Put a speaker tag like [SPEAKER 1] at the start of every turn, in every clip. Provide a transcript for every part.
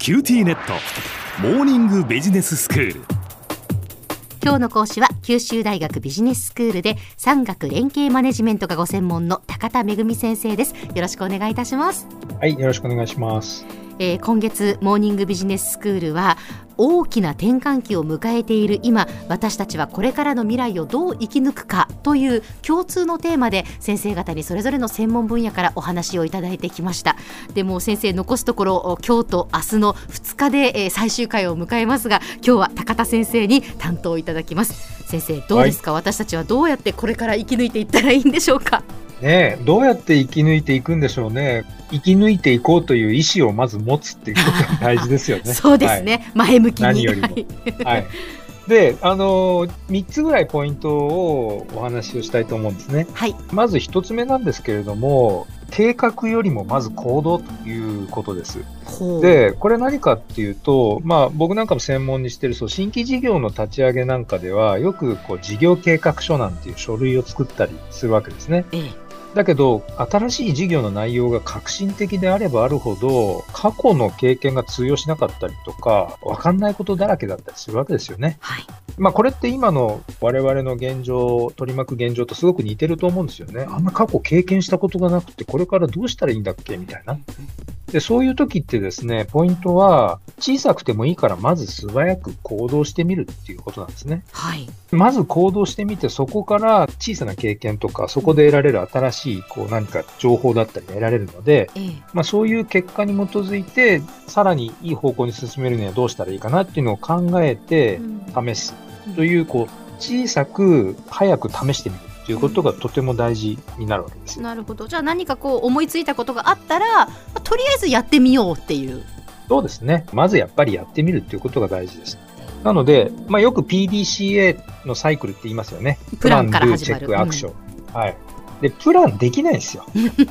[SPEAKER 1] キューティーネットモーニングビジネススクール。
[SPEAKER 2] 今日の講師は九州大学ビジネススクールで産学連携マネジメントがご専門の高田恵先生です。よろしくお願いいたします。
[SPEAKER 3] はい、よろしくお願いします。
[SPEAKER 2] 今月モーニングビジネススクールは大きな転換期を迎えている今、私たちはこれからの未来をどう生き抜くかという共通のテーマで先生方にそれぞれの専門分野からお話をいただいてきました。でも先生、残すところ今日と明日の2日で最終回を迎えますが、今日は高田先生に担当いただきます。先生、どうですか、私たちはどうやってこれから生き抜いていったらいいんでしょうか。
[SPEAKER 3] ねえ、どうやって生き抜いていくんでしょうね。生き抜いていこうという意思をまず持つっていうことが大事ですよね。
[SPEAKER 2] そうですね、はい、前向きに
[SPEAKER 3] 何よりも、はい、で、3つぐらいポイントをお話をしたいと思うんですね。
[SPEAKER 2] はい、
[SPEAKER 3] まず1つ目なんですけれども、計画よりもまず行動ということです。で、これ何かっていうと、僕なんかも専門にしている新規事業の立ち上げなんかでは、よく事業計画書なんていう書類を作ったりするわけですね。だけど、新しい事業の内容が革新的であればあるほど、過去の経験が通用しなかったりとか、分かんないことだらけだったりするわけですよね。
[SPEAKER 2] はい、
[SPEAKER 3] これって今の我々の現状、取り巻く現状とすごく似てると思うんですよね。あんま過去経験したことがなくて、これからどうしたらいいんだっけみたいな。で、そういう時ってですね、ポイントは、小さくてもいいからまず素早く行動してみるっていうことなんですね。
[SPEAKER 2] はい、
[SPEAKER 3] まず行動してみて、そこから小さな経験とか、そこで得られる新しい何か情報だったりが得られるので、そういう結果に基づいて、さらにいい方向に進めるにはどうしたらいいかなっていうのを考えて試すという、小さく早く試してみるということがとても大事になるわけです。
[SPEAKER 2] なるほど。じゃあ何か思いついたことがあったら、とりあえずやってみようっていう。
[SPEAKER 3] そうですね。まずやっぱりやってみるということが大事です。なので、よく PDCA のサイクルって言いますよね。
[SPEAKER 2] プランから始まる。
[SPEAKER 3] プラン、ドゥ、チェック、アクション。はい。で、プランできないんですよ。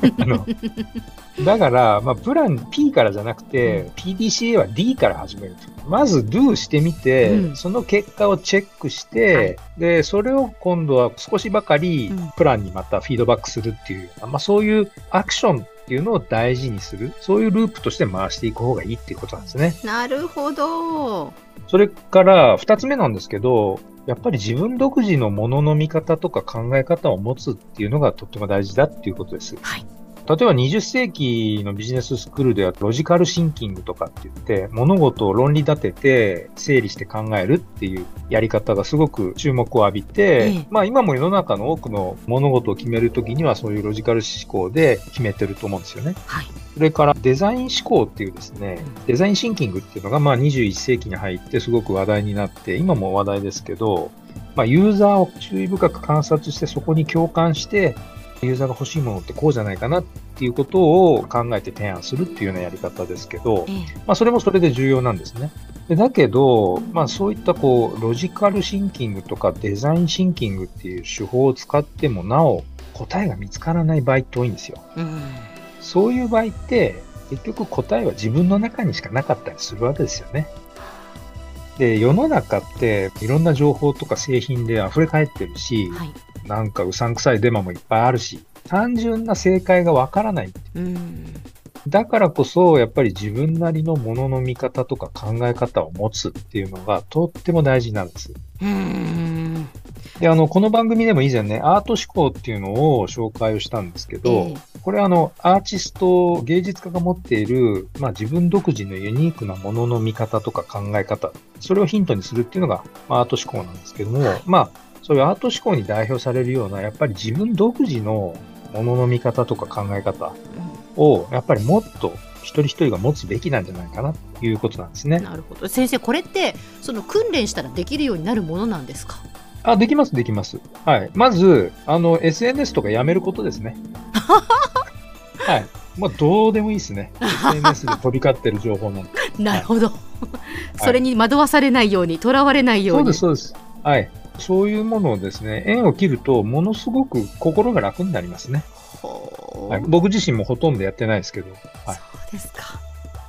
[SPEAKER 3] だから、プラン P からじゃなくて、PDCA は D から始める。まず Do してみて、その結果をチェックして、で、それを今度は少しばかりプランにまたフィードバックするっていう、そういうアクションっていうのを大事にする。そういうループとして回していく方がいいっていうことなんですね。
[SPEAKER 2] なるほど。
[SPEAKER 3] それから2つ目なんですけど、やっぱり自分独自のものの見方とか考え方を持つっていうのがとっても大事だっていうことです。
[SPEAKER 2] はい、
[SPEAKER 3] 例えば20世紀のビジネススクールではロジカルシンキングとかって言って物事を論理立てて整理して考えるっていうやり方がすごく注目を浴びて、今も世の中の多くの物事を決めるときにはそういうロジカル思考で決めてると思うんですよね。
[SPEAKER 2] はい、
[SPEAKER 3] それからデザイン思考っていうですね、デザインシンキングっていうのが21世紀に入ってすごく話題になって、今も話題ですけど、ユーザーを注意深く観察してそこに共感して、ユーザーが欲しいものってこうじゃないかなっていうことを考えて提案するっていうようなやり方ですけど、それもそれで重要なんですね。だけど、そういったロジカルシンキングとかデザインシンキングっていう手法を使ってもなお答えが見つからない場合って多いんですよ。そういう場合って結局答えは自分の中にしかなかったりするわけですよね。で、世の中っていろんな情報とか製品で溢れ返ってるし、なんかうさんくさいデマもいっぱいあるし、単純な正解がわからない。だからこそ、やっぱり自分なりのものの見方とか考え方を持つっていうのがとっても大事なんです。で、この番組でも以前ね、アート思考っていうのを紹介をしたんですけど、これはアーティスト、芸術家が持っている、自分独自のユニークなものの見方とか考え方、それをヒントにするっていうのが、アート思考なんですけども、そういうアート思考に代表されるような、やっぱり自分独自のものの見方とか考え方を、やっぱりもっと一人一人が持つべきなんじゃないかなということなんですね。
[SPEAKER 2] なるほど。先生、これって訓練したらできるようになるものなんですか？
[SPEAKER 3] できます、できます。はい。まず、SNS とかやめることですね。はい。どうでもいいですね。SNS で飛び交ってる情報なんで。
[SPEAKER 2] なるほど。それに惑わされないように、とらわれないように。
[SPEAKER 3] そうです、そうです。はい。そういうものをですね、縁を切ると、ものすごく心が楽になりますね。はい、僕自身もほとんどやってないですけど。
[SPEAKER 2] そうですか。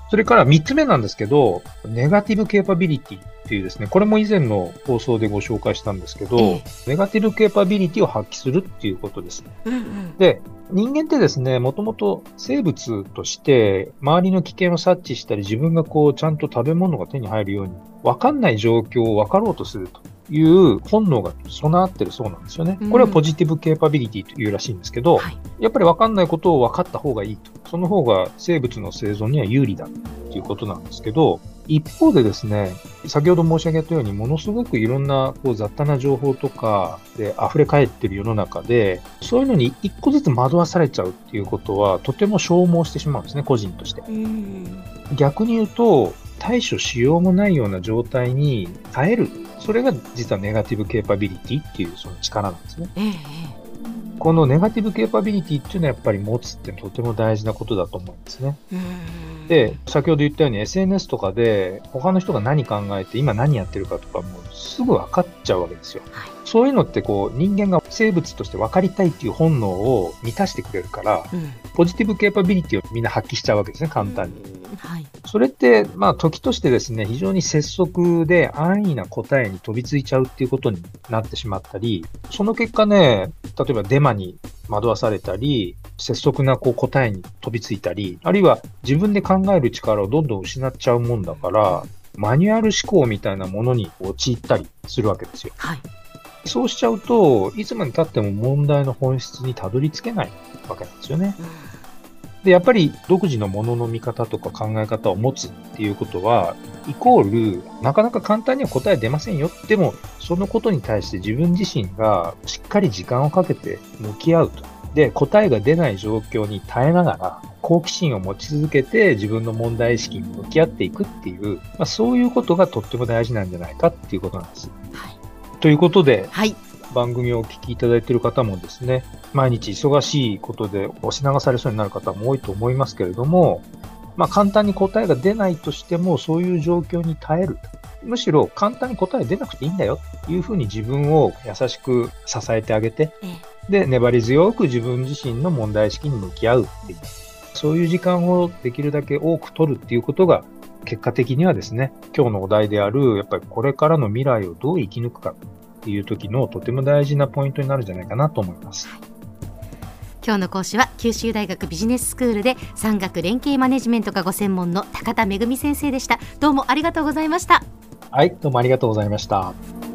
[SPEAKER 3] それから3つ目なんですけど、ネガティブケーパビリティっていうですね、これも以前の放送でご紹介したんですけど、ネガティブケーパビリティを発揮するっていうことですね。で、人間ってですね、もともと生物として周りの危険を察知したり、自分がちゃんと食べ物が手に入るように、分かんない状況を分かろうとするという本能が備わってるそうなんですよね。これはポジティブケーパビリティというらしいんですけど、やっぱり分かんないことを分かった方がいいと。その方が生物の生存には有利だということなんですけど、一方でですね、先ほど申し上げたように、ものすごくいろんな雑多な情報とかで溢れ返っている世の中で、そういうのに一個ずつ惑わされちゃうっていうことは、とても消耗してしまうんですね、個人として。逆に言うと、対処しようもないような状態に耐える。それが実はネガティブケーパビリティっていうその力なんですね。このネガティブケーパビリティっていうのはやっぱり持つってとても大事なことだと思うんですね。で、先ほど言ったように SNS とかで他の人が何考えて今何やってるかとかもうすぐ分かっちゃうわけですよ。そういうのって人間が生物として分かりたいっていう本能を満たしてくれるから、ポジティブケーパビリティをみんな発揮しちゃうわけですね、簡単に。それって、時としてですね、非常に拙速で安易な答えに飛びついちゃうっていうことになってしまったり、その結果ね、例えばデマに惑わされたり、拙速な答えに飛びついたり、あるいは自分で考える力をどんどん失っちゃうもんだから、マニュアル思考みたいなものに陥ったりするわけですよ。そうしちゃうと、いつまで経っても問題の本質にたどり着けないわけなんですよね。で、やっぱり独自のものの見方とか考え方を持つっていうことは、イコール、なかなか簡単には答え出ませんよ。でも、そのことに対して自分自身がしっかり時間をかけて向き合うと。で、答えが出ない状況に耐えながら、好奇心を持ち続けて自分の問題意識に向き合っていくっていう、そういうことがとっても大事なんじゃないかっていうことなんです。ということで、番組をお聞きいただいている方もですね、毎日忙しいことで押し流されそうになる方も多いと思いますけれども、簡単に答えが出ないとしても、そういう状況に耐える。むしろ簡単に答え出なくていいんだよっていうふうに自分を優しく支えてあげて、で、粘り強く自分自身の問題意識に向き合うっていう、そういう時間をできるだけ多く取るっていうことが、結果的にはですね、今日のお題である、やっぱりこれからの未来をどう生き抜くかっていう時のとても大事なポイントになるんじゃないかなと思います。
[SPEAKER 2] 今日の講師は九州大学ビジネススクールで産学連携マネジメントがご専門の高田恵先生でした。どうもありがとうございました。
[SPEAKER 3] はい、どうもありがとうございました。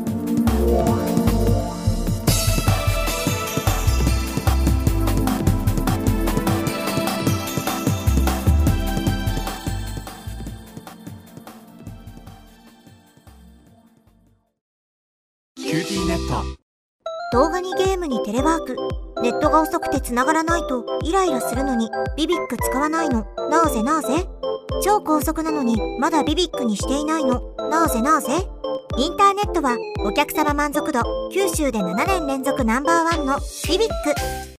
[SPEAKER 1] キューティーネット。
[SPEAKER 4] 動画にゲームにテレワーク、ネットが遅くて繋がらないとイライラするのにビビック使わないの、なぜなぜ？超高速なのにまだビビックにしていないの、なぜなぜ？インターネットはお客様満足度九州で7年連続ナンバーワンのビビック。